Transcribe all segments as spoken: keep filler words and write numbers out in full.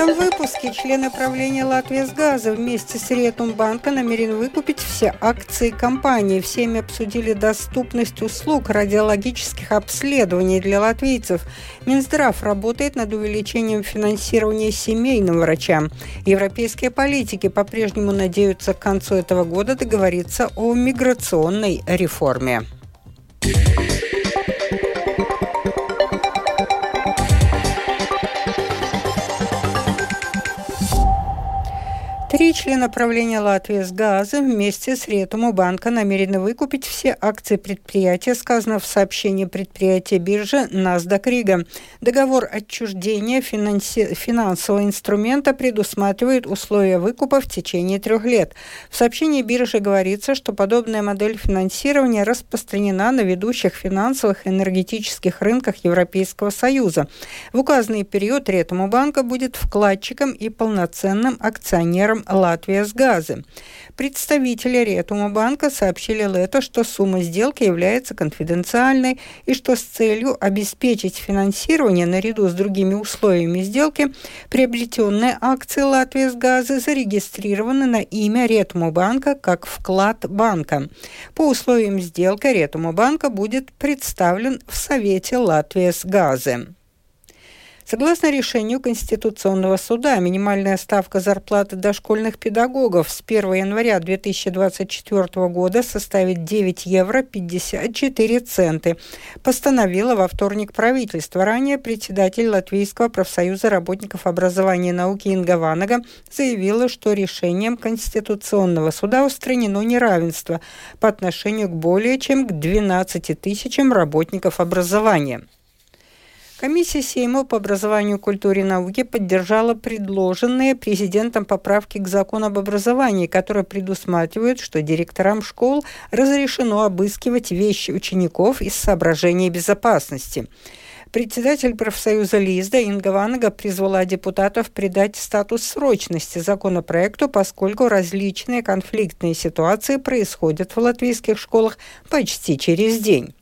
этом выпуске члены правления «Латвиясгаза» вместе с Риетумбанка намерены выкупить все акции компании. Всеми обсудили доступность услуг радиологических обследований для латвийцев. Минздрав работает над увеличением финансирования семейным врачам. Европейские политики по-прежнему надеются к концу этого года договориться о миграционной реформе. Три члена правления «Латвиясгаза» вместе с Риетумбанка намерены выкупить все акции предприятия, сказано в сообщении предприятия биржи Nasdaq Riga. Договор отчуждения финанси... финансового инструмента предусматривает условия выкупа в течение трех лет. В сообщении биржи говорится, что подобная модель финансирования распространена на ведущих финансовых и энергетических рынках Европейского Союза. В указанный период Риетумбанка будет вкладчиком и полноценным акционером «Латвиясгаза». Представители Риетумбанка сообщили Лето, что сумма сделки является конфиденциальной и что с целью обеспечить финансирование наряду с другими условиями сделки приобретенные акции «Латвиясгаза» зарегистрированы на имя Риетумбанка как вклад банка. По условиям сделки Риетумбанка будет представлен в Совете «Латвиясгаза». Согласно решению Конституционного суда, минимальная ставка зарплаты дошкольных педагогов с первого января две тысячи двадцать четвёртого года составит девять евро пятьдесят четыре цента. Постановило во вторник правительство. Ранее председатель Латвийского профсоюза работников образования и науки Инга Ванага заявила, что решением Конституционного суда устранено неравенство по отношению к более чем к двенадцати тысячам работников образования. Комиссия Сейма по образованию, культуре и науке поддержала предложенные президентом поправки к закону об образовании, которые предусматривают, что директорам школ разрешено обыскивать вещи учеников из соображений безопасности. Председатель профсоюза Лизда Инга Ванага призвала депутатов придать статус срочности законопроекту, поскольку различные конфликтные ситуации происходят в латвийских школах почти через день.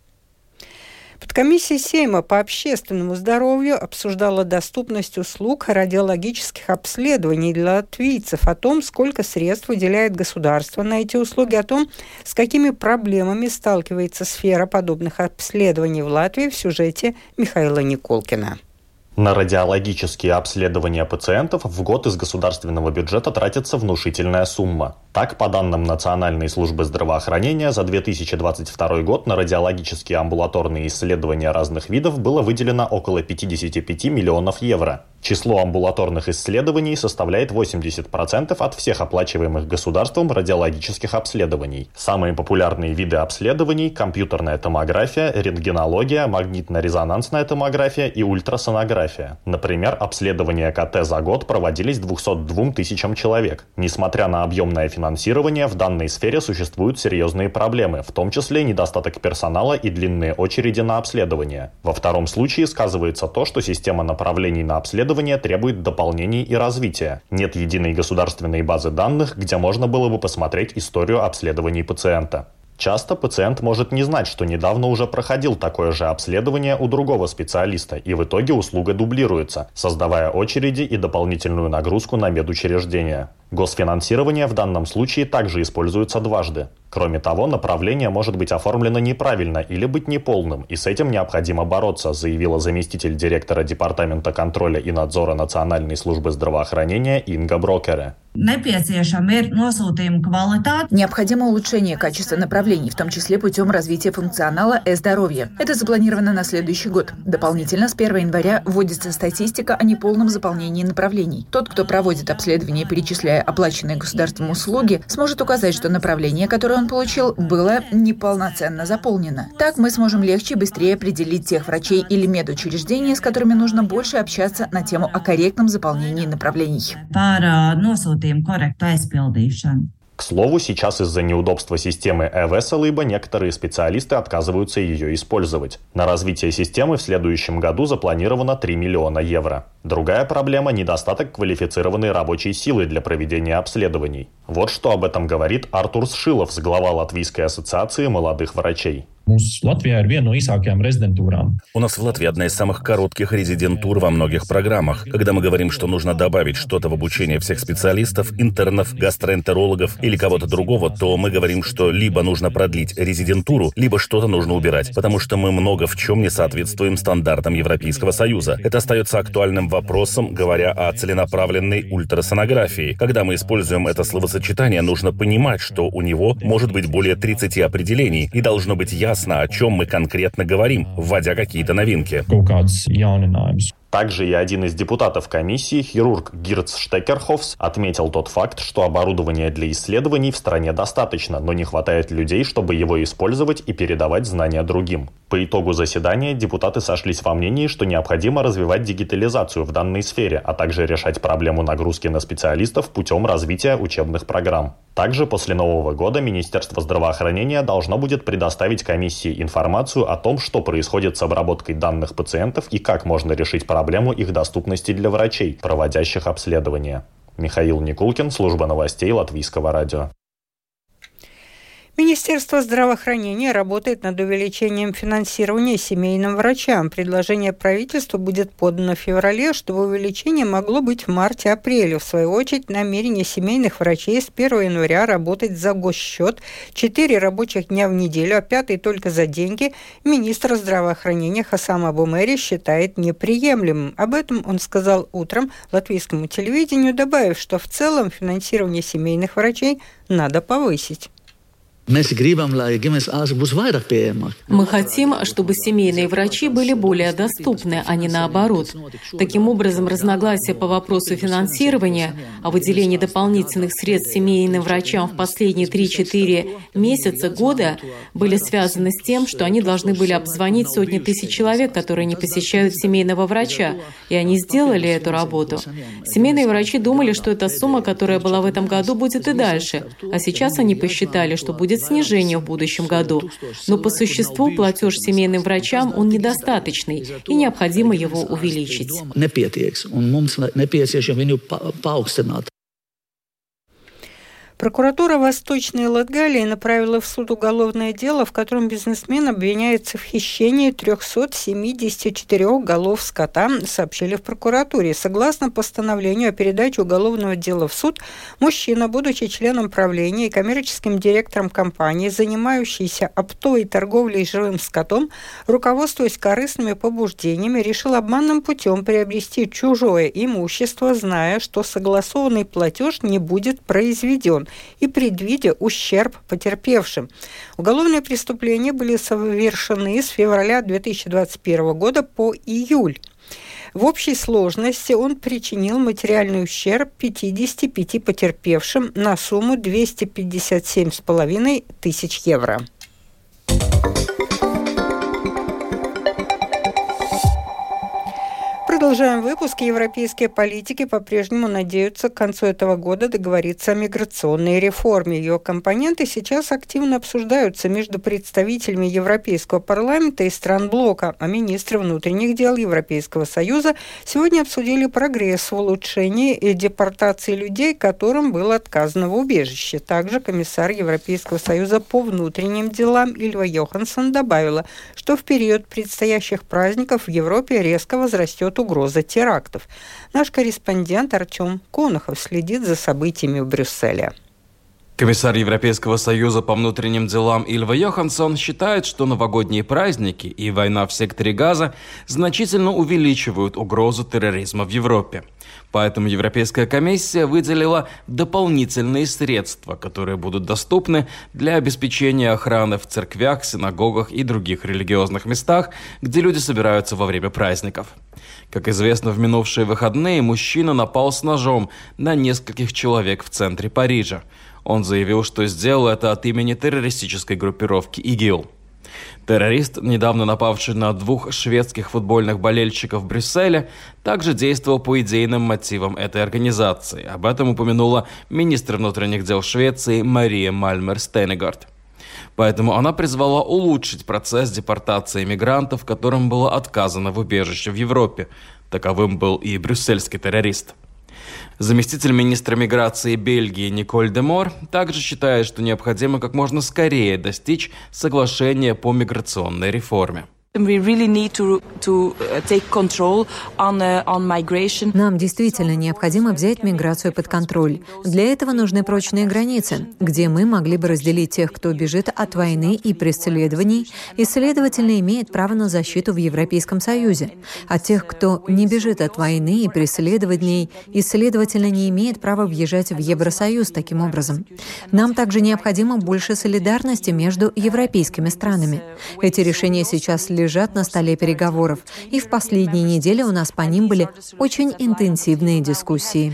Подкомиссия Сейма по общественному здоровью обсуждала доступность услуг радиологических обследований для латвийцев, о том, сколько средств выделяет государство на эти услуги, о том, с какими проблемами сталкивается сфера подобных обследований в Латвии, в сюжете Михаила Николкина. На радиологические обследования пациентов в год из государственного бюджета тратится внушительная сумма. Так, по данным Национальной службы здравоохранения, за две тысячи двадцать второй год на радиологические амбулаторные исследования разных видов было выделено около пятьдесят пять миллионов евро. Число амбулаторных исследований составляет восемьдесят процентов от всех оплачиваемых государством радиологических обследований. Самые популярные виды обследований – компьютерная томография, рентгенология, магнитно-резонансная томография и ультрасонография. Например, обследования КТ за год проводились двумстам двум тысячам человек. Несмотря на объемное финансирование, в данной сфере существуют серьезные проблемы, в том числе недостаток персонала и длинные очереди на обследование. Во втором случае сказывается то, что система направлений на обследование требует дополнений и развития. Нет единой государственной базы данных, где можно было бы посмотреть историю обследований пациента. Часто пациент может не знать, что недавно уже проходил такое же обследование у другого специалиста, и в итоге услуга дублируется, создавая очереди и дополнительную нагрузку на медучреждения. Госфинансирование в данном случае также используется дважды. Кроме того, направление может быть оформлено неправильно или быть неполным, и с этим необходимо бороться, заявила заместитель директора Департамента контроля и надзора Национальной службы здравоохранения Инга Брокере. Необходимо улучшение качества направлений, в том числе путем развития функционала э-здоровья. Это запланировано на следующий год. Дополнительно с первого января вводится статистика о неполном заполнении направлений. Тот, кто проводит обследование, перечисляя оплаченные государством услуги, сможет указать, что направление, которое он получил, было неполноценно заполнено. Так мы сможем легче и быстрее определить тех врачей или медучреждений, с которыми нужно больше общаться на тему о корректном заполнении направлений. К слову, сейчас из-за неудобства системы э-Веселиба некоторые специалисты отказываются ее использовать. На развитие системы в следующем году запланировано три миллиона евро. Другая проблема – недостаток квалифицированной рабочей силы для проведения обследований. Вот что об этом говорит Артур Сшилов, глава Латвийской ассоциации молодых врачей. У нас в Латвии одна из самых коротких резидентур во многих программах. Когда мы говорим, что нужно добавить что-то в обучение всех специалистов, интернов, гастроэнтерологов или кого-то другого, то мы говорим, что либо нужно продлить резидентуру, либо что-то нужно убирать, потому что мы много в чем не соответствуем стандартам Европейского Союза. Это остается актуальным вопросом, говоря о целенаправленной ультрасонографии. Когда мы используем это словосочетание, нужно понимать, что у него может быть более тридцати определений, и должно быть ясно, о чем мы конкретно говорим, вводя какие-то новинки. Также и один из депутатов комиссии, хирург Гирц Штекерхофс, отметил тот факт, что оборудования для исследований в стране достаточно, но не хватает людей, чтобы его использовать и передавать знания другим. По итогу заседания депутаты сошлись во мнении, что необходимо развивать дигитализацию в данной сфере, а также решать проблему нагрузки на специалистов путем развития учебных программ. Также после Нового года Министерство здравоохранения должно будет предоставить комиссии информацию о том, что происходит с обработкой данных пациентов и как можно решить проблему их доступности для врачей, проводящих обследования. Михаил Никулкин, служба новостей Латвийского радио. Министерство здравоохранения работает над увеличением финансирования семейным врачам. Предложение правительства будет подано в феврале, чтобы увеличение могло быть в марте-апреле. В свою очередь, намерение семейных врачей с первого января работать за госсчет, четыре рабочих дня в неделю, а пятый только за деньги, министр здравоохранения Хасам Абу-Мери считает неприемлемым. Об этом он сказал утром латвийскому телевидению, добавив, что в целом финансирование семейных врачей надо повысить. Мы хотим, чтобы семейные врачи были более доступны, а не наоборот. Таким образом, разногласия по вопросу финансирования, о выделении дополнительных средств семейным врачам в последние три-четыре месяца года были связаны с тем, что они должны были обзвонить сотни тысяч человек, которые не посещают семейного врача, и они сделали эту работу. Семейные врачи думали, что эта сумма, которая была в этом году, будет и дальше, а сейчас они посчитали, что будет снижение в будущем году. Но по существу платеж семейным врачам, он недостаточный, и необходимо его увеличить. Прокуратура Восточной Латгалии направила в суд уголовное дело, в котором бизнесмен обвиняется в хищении триста семьдесят четыре голов скота, сообщили в прокуратуре. Согласно постановлению о передаче уголовного дела в суд, мужчина, будучи членом правления и коммерческим директором компании, занимающийся оптовой торговлей живым скотом, руководствуясь корыстными побуждениями, решил обманным путем приобрести чужое имущество, зная, что согласованный платеж не будет произведен, и предвидя ущерб потерпевшим. Уголовные преступления были совершены с февраля две тысячи двадцать первого года по июль. В общей сложности он причинил материальный ущерб пятидесяти пяти потерпевшим на сумму двести пятьдесят семь с половиной тысяч евро. Продолжаем выпуск. Европейские политики по-прежнему надеются к концу этого года договориться о миграционной реформе. Ее компоненты сейчас активно обсуждаются между представителями Европейского парламента и стран блока, а министры внутренних дел Европейского Союза сегодня обсудили прогресс в улучшении депортации людей, которым было отказано в убежище. Также комиссар Европейского Союза по внутренним делам Ильва Йоханссон добавила, что в период предстоящих праздников в Европе резко возрастет угроза терактов. Наш корреспондент Артем Конохов следит за событиями в Брюсселе. Комиссар Европейского Союза по внутренним делам Ильва Йоханссон считает, что новогодние праздники и война в секторе Газа значительно увеличивают угрозу терроризма в Европе. Поэтому Европейская комиссия выделила дополнительные средства, которые будут доступны для обеспечения охраны в церквях, синагогах и других религиозных местах, где люди собираются во время праздников. Как известно, в минувшие выходные мужчина напал с ножом на нескольких человек в центре Парижа. Он заявил, что сделал это от имени террористической группировки ИГИЛ. Террорист, недавно напавший на двух шведских футбольных болельщиков в Брюсселе, также действовал по идейным мотивам этой организации. Об этом упомянула министр внутренних дел Швеции Мария Мальмер-Стенегард. Поэтому она призвала улучшить процесс депортации мигрантов, которым было отказано в убежище в Европе. Таковым был и брюссельский террорист. Заместитель министра миграции Бельгии Николь де Мор также считает, что необходимо как можно скорее достичь соглашения по миграционной реформе. Нам действительно необходимо взять миграцию под контроль. Для этого нужны прочные границы, где мы могли бы разделить тех, кто бежит от войны и преследований, и, следовательно, имеет право на защиту в Европейском Союзе, от тех, кто не бежит от войны и преследований, и, следовательно, не имеет права въезжать в Евросоюз таким образом. Нам также необходимо больше солидарности между европейскими странами. Эти решения сейчас лежат на столе переговоров, и в последние недели у нас по ним были очень интенсивные дискуссии.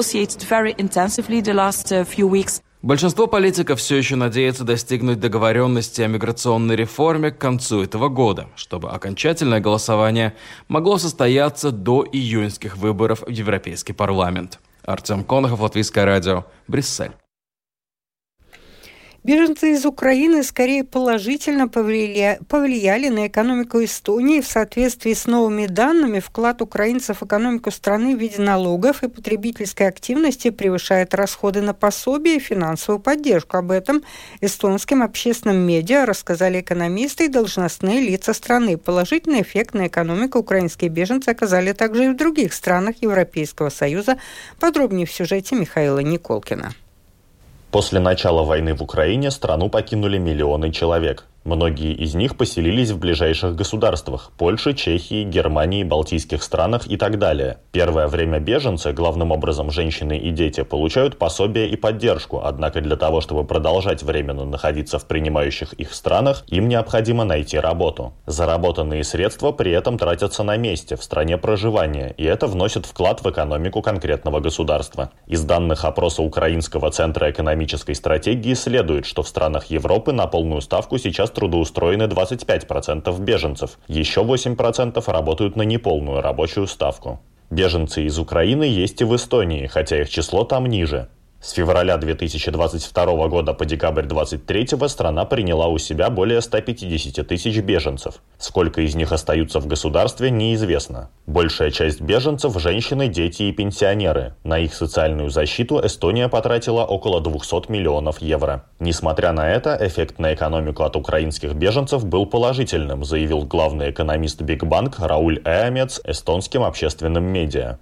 Большинство политиков все еще надеется достигнуть договоренности о миграционной реформе к концу этого года, чтобы окончательное голосование могло состояться до июньских выборов в Европейский парламент. Артем Конохов, Латвийское радио, Брюссель. Беженцы из Украины скорее положительно повлия... повлияли на экономику Эстонии. В соответствии с новыми данными, вклад украинцев в экономику страны в виде налогов и потребительской активности превышает расходы на пособие и финансовую поддержку. Об этом эстонским общественным медиа рассказали экономисты и должностные лица страны. Положительный эффект на экономику украинские беженцы оказали также и в других странах Европейского Союза. Подробнее в сюжете Михаила Николкина. После начала войны в Украине страну покинули миллионы человек. Многие из них поселились в ближайших государствах – Польше, Чехии, Германии, Балтийских странах и так далее. Первое время беженцы, главным образом женщины и дети, получают пособие и поддержку, однако для того, чтобы продолжать временно находиться в принимающих их странах, им необходимо найти работу. Заработанные средства при этом тратятся на месте, в стране проживания, и это вносит вклад в экономику конкретного государства. Из данных опроса Украинского центра экономической стратегии следует, что в странах Европы на полную ставку сейчас трудоустроены двадцать пять процентов беженцев. Еще восемь процентов работают на неполную рабочую ставку. Беженцы из Украины есть и в Эстонии, хотя их число там ниже. С февраля две тысячи двадцать второго года по декабрь двадцать третьего страна приняла у себя более ста пятидесяти тысяч беженцев. Сколько из них остаются в государстве, неизвестно. Большая часть беженцев – женщины, дети и пенсионеры. На их социальную защиту Эстония потратила около двухсот миллионов евро. Несмотря на это, эффект на экономику от украинских беженцев был положительным, заявил главный экономист Bigbank Рауль Эамец эстонским общественным медиа.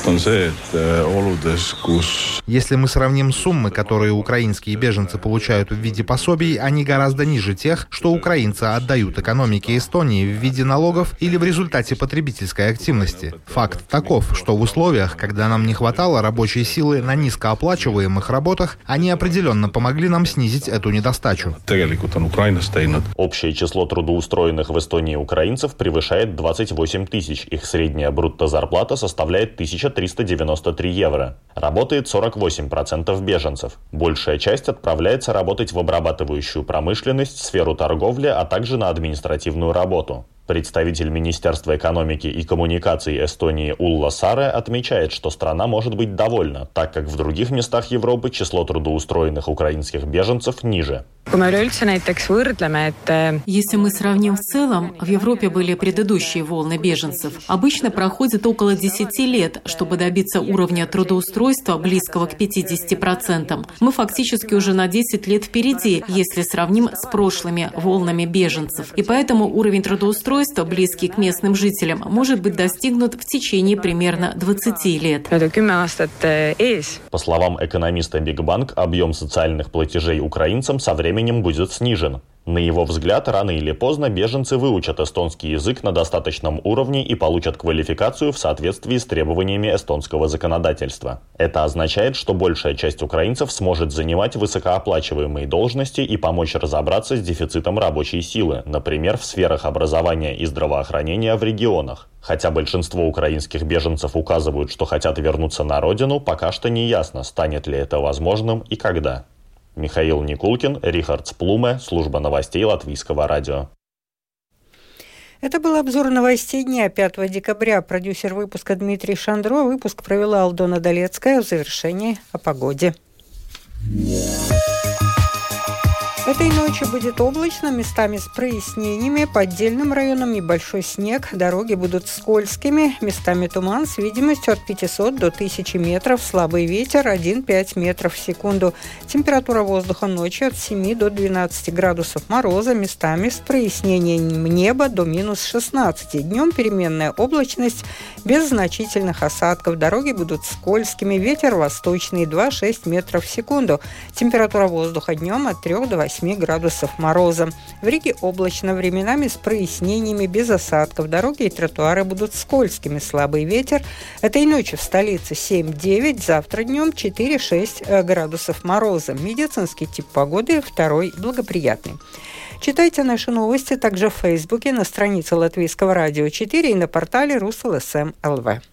Если мы сравним суммы, которые украинские беженцы получают в виде пособий, они гораздо ниже тех, что украинцы отдают экономике Эстонии в виде налогов или в результате потребительской активности. Факт таков, что в условиях, когда нам не хватало рабочей силы на низкооплачиваемых работах, они определенно помогли нам снизить эту недостачу. Общее число трудоустроенных в Эстонии украинцев превышает двадцать восемь тысяч. Их средняя брутто-зарплата составляет тысяча триста девяносто три евро. Работает сорок восемь процентов беженцев. Большая часть отправляется работать в обрабатывающую промышленность, сферу торговли, а также на административную работу. Представитель Министерства экономики и коммуникаций Эстонии Улла Саре отмечает, что страна может быть довольна, так как в других местах Европы число трудоустроенных украинских беженцев ниже. Если мы сравним в целом, в Европе были предыдущие волны беженцев. Обычно проходит около десяти лет, чтобы добиться уровня трудоустройства, близкого к пятидесяти процентам. Мы фактически уже на десять лет впереди, если сравним с прошлыми волнами беженцев. И поэтому уровень трудоустройства, близкий к местным жителям, может быть достигнут в течение примерно двадцати лет. По словам экономиста Bigbank, объем социальных платежей украинцам со временем будет снижен. На его взгляд, рано или поздно беженцы выучат эстонский язык на достаточном уровне и получат квалификацию в соответствии с требованиями эстонского законодательства. Это означает, что большая часть украинцев сможет занимать высокооплачиваемые должности и помочь разобраться с дефицитом рабочей силы, например, в сферах образования и здравоохранения в регионах. Хотя большинство украинских беженцев указывают, что хотят вернуться на родину, пока что не ясно, станет ли это возможным и когда. Михаил Никулкин, Рихард Сплуме, служба новостей Латвийского радио. Это был обзор новостей дня пятого декабря. Продюсер выпуска Дмитрий Шандро. Выпуск провела Алдона Долецкая. В завершении о погоде. Этой ночью будет облачно, местами с прояснениями, по отдельным районам небольшой снег, дороги будут скользкими, местами туман с видимостью от пятисот до тысячи метров, слабый ветер один-пять метров в секунду. Температура воздуха ночью от семи до двенадцати градусов мороза, местами с прояснением неба до минус шестнадцати. Днем переменная облачность без значительных осадков, дороги будут скользкими, ветер восточный два-шесть метров в секунду. Температура воздуха днем от трёх до восьми градусов мороза. В Риге облачно, временами с прояснениями, без осадков. Дороги и тротуары будут скользкими, слабый ветер. Этой ночью в столице семь-девять, завтра днем четыре-шесть градусов мороза. Медицинский тип погоды второй благоприятный. Читайте наши новости также в Фейсбуке, на странице Латвийского радио четыре и на портале Руслсм точка эл ви.